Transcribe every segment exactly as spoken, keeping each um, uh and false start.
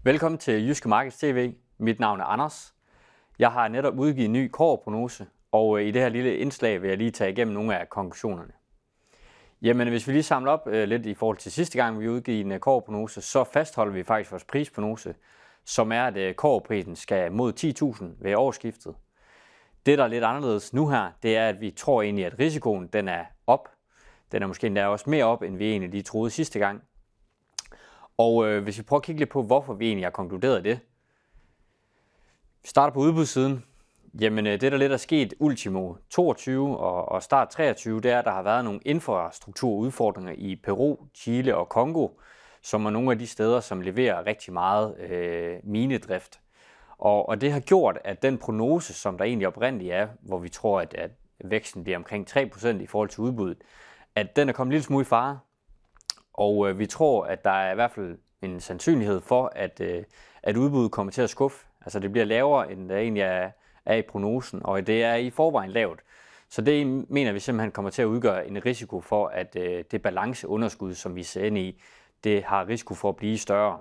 Velkommen til Jyske Markeds T V. Mit navn er Anders. Jeg har netop udgivet en ny kobberprognose, og i det her lille indslag vil jeg lige tage igennem nogle af konklusionerne. Jamen, hvis vi lige samler op øh, lidt i forhold til sidste gang, vi udgivet en kobberprognose, så fastholder vi faktisk vores prisprognose, som er, at øh, kobberprisen skal mod ti tusind ved årsskiftet. Det, der er lidt anderledes nu her, det er, at vi tror egentlig, at risikoen den er op. Den er måske endda også mere op, end vi egentlig lige troede sidste gang. Og øh, hvis vi prøver at kigge lidt på, hvorfor vi egentlig har konkluderet det. Vi starter på udbudssiden. Jamen øh, det, der lidt er sket ultimo toogtyve og, og start treogtyve, det er, at der har været nogle infrastrukturudfordringer i Peru, Chile og Congo, som er nogle af de steder, som leverer rigtig meget øh, minedrift. Og, og det har gjort, at den prognose, som der egentlig oprindeligt er, hvor vi tror, at, at væksten bliver omkring tre procent i forhold til udbuddet, at den er kommet lidt smule i fare. Og øh, vi tror, at der er i hvert fald en sandsynlighed for, at, øh, at udbuddet kommer til at skuffe. Altså det bliver lavere, end der egentlig er, er i prognosen, og det er i forvejen lavt. Så det mener vi simpelthen kommer til at udgøre en risiko for, at øh, det balanceunderskud, som vi ser ind i, det har risiko for at blive større.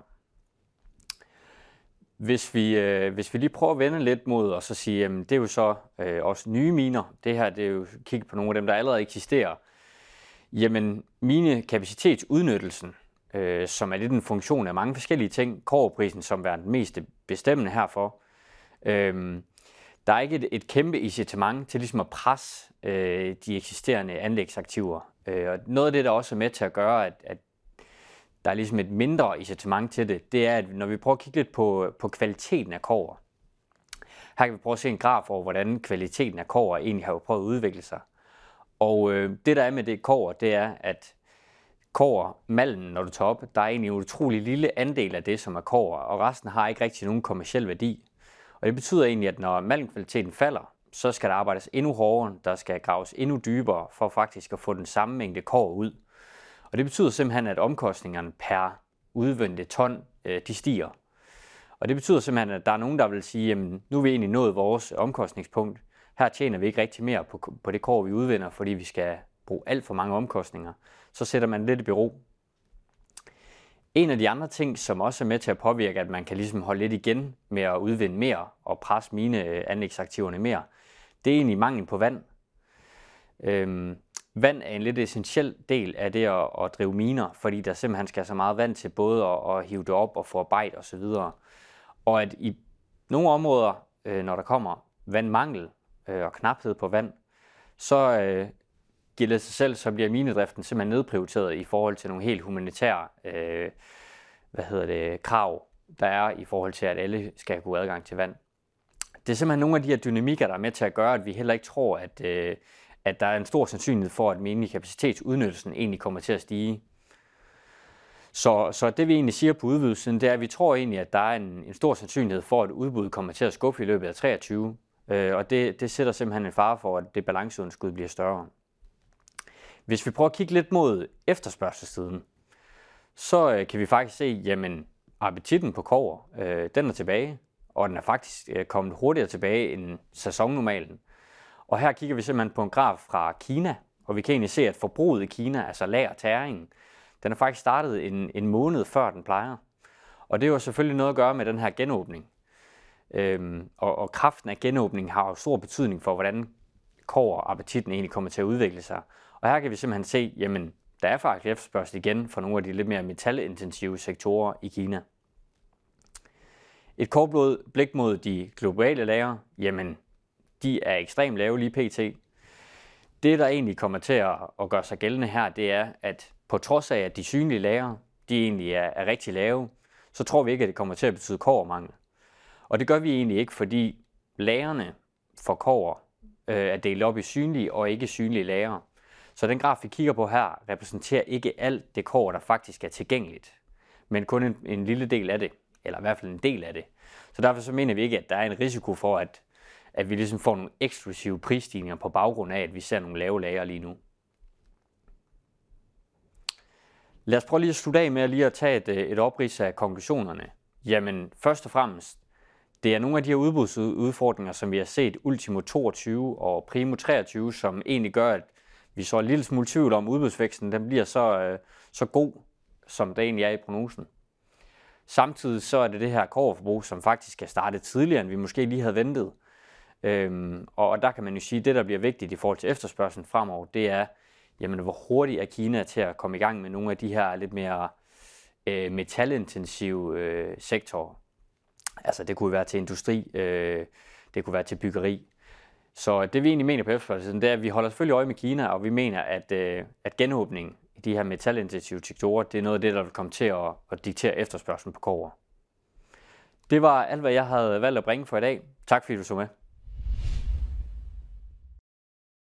Hvis vi, øh, hvis vi lige prøver at vende lidt mod og så sige, jamen det er jo så øh, også nye miner. Det her det er jo kigge på nogle af dem, der allerede eksisterer. Jamen, minekapacitetsudnyttelsen, øh, som er lidt en funktion af mange forskellige ting, kobberprisen som er den mest bestemmende herfor, øh, der er ikke et, et kæmpe incitament til ligesom at presse øh, de eksisterende anlægsaktiver. Øh, og noget af det, der også er med til at gøre, at, at der er ligesom et mindre incitament til det, det er, at når vi prøver at kigge lidt på, på kvaliteten af kobber, her kan vi prøve at se en graf over, hvordan kvaliteten af kobber egentlig har prøvet at udvikle sig. Og øh, det der er med det kobber, det er, at kobbermalmen, når du tager op, der er egentlig en utrolig lille andel af det, som er kobber, og resten har ikke rigtig nogen kommerciel værdi. Og det betyder egentlig, at når malmkvaliteten falder, så skal der arbejdes endnu hårdere, der skal graves endnu dybere, for faktisk at få den samme mængde kobber ud. Og det betyder simpelthen, at omkostningerne per udvendte ton, øh, de stiger. Og det betyder simpelthen, at der er nogen, der vil sige, jamen nu er vi egentlig nået vores omkostningspunkt. Her tjener vi ikke rigtig mere på, på det kobber, vi udvinder, fordi vi skal bruge alt for mange omkostninger. Så sætter man lidt i bero. En af de andre ting, som også er med til at påvirke, at man kan ligesom holde lidt igen med at udvinde mere og presse mine anlægsaktiverne mere, det er egentlig mangel på vand. Øhm, vand er en lidt essentiel del af det at, at drive miner, fordi der simpelthen skal så meget vand til både at, at hive det op og forarbejde osv. Og at i nogle områder, øh, når der kommer vandmangel, og knaphed på vand, så øh, giver det sig selv, så bliver minedriften simpelthen nedprioriteret i forhold til nogle helt humanitære øh, hvad hedder det, krav, der er i forhold til, at alle skal kunne adgang til vand. Det er simpelthen nogle af de her dynamikker, der er med til at gøre, at vi heller ikke tror, at, øh, at der er en stor sandsynlighed for, at minekapacitetsudnyttelsen egentlig kommer til at stige. Så, så det vi egentlig siger på udbudssiden, det er, at vi tror egentlig, at der er en, en stor sandsynlighed for, at udbuddet kommer til at skuffe i løbet af treogtyve. Og det, det sætter simpelthen en fare for, at det balanceunderskud bliver større. Hvis vi prøver at kigge lidt mod efterspørgselssiden, så kan vi faktisk se, jamen appetitten på kobber, øh, den er tilbage, og den er faktisk kommet hurtigere tilbage end sæsonnormalen. Og her kigger vi simpelthen på en graf fra Kina, og vi kan egentlig se, at forbruget i Kina, altså lagertæringen, den er faktisk startet en, en måned før den plejer. Og det er jo selvfølgelig noget at gøre med den her genåbning. Øhm, og, og kraften af genåbningen har jo stor betydning for, hvordan kobberappetitten egentlig kommer til at udvikle sig. Og her kan vi simpelthen se, jamen der er faktisk efterspørgsel igen for nogle af de lidt mere metalintensive sektorer i Kina. Et kort blik mod de globale lagre, jamen de er ekstremt lave lige pt. Det der egentlig kommer til at, at gøre sig gældende her, det er, at på trods af, at de synlige lagre, de egentlig er, er rigtig lave, så tror vi ikke, at det kommer til at betyde kobbermangel. Og det gør vi egentlig ikke, fordi lagrene for kobber øh, er delt op i synlige og ikke synlige lagre. Så den graf, vi kigger på her, repræsenterer ikke alt det kobber, der faktisk er tilgængeligt, men kun en, en lille del af det, eller i hvert fald en del af det. Så derfor så mener vi ikke, at der er en risiko for, at, at vi ligesom får nogle eksklusive prisstigninger på baggrund af, at vi ser nogle lave lagre lige nu. Lad os prøve lige at slutte af med lige at tage et, et oprids af konklusionerne. Jamen først og fremmest, det er nogle af de her udbudsudfordringer, som vi har set ultimo toogtyve og primo treogtyve, som egentlig gør, at vi så en lille smule tvivl om udbudsvæksten, den bliver så, øh, så god, som det egentlig er i prognosen. Samtidig så er det det her kobberforbrug, som faktisk er startet tidligere, end vi måske lige havde ventet. Øhm, og der kan man jo sige, at det, der bliver vigtigt i forhold til efterspørgselen fremover, det er, jamen, hvor hurtigt er Kina til at komme i gang med nogle af de her lidt mere øh, metalintensive øh, sektorer. Altså det kunne være til industri, øh, det kunne være til byggeri. Så det vi egentlig mener på efterspørgselen, det er, at vi holder selvfølgelig øje med Kina, og vi mener, at, øh, at genåbning i de her metalintensive sektorer, det er noget af det, der vil komme til at, at diktere efterspørgselen på kobber. Det var alt, hvad jeg havde valgt at bringe for i dag. Tak fordi du så med.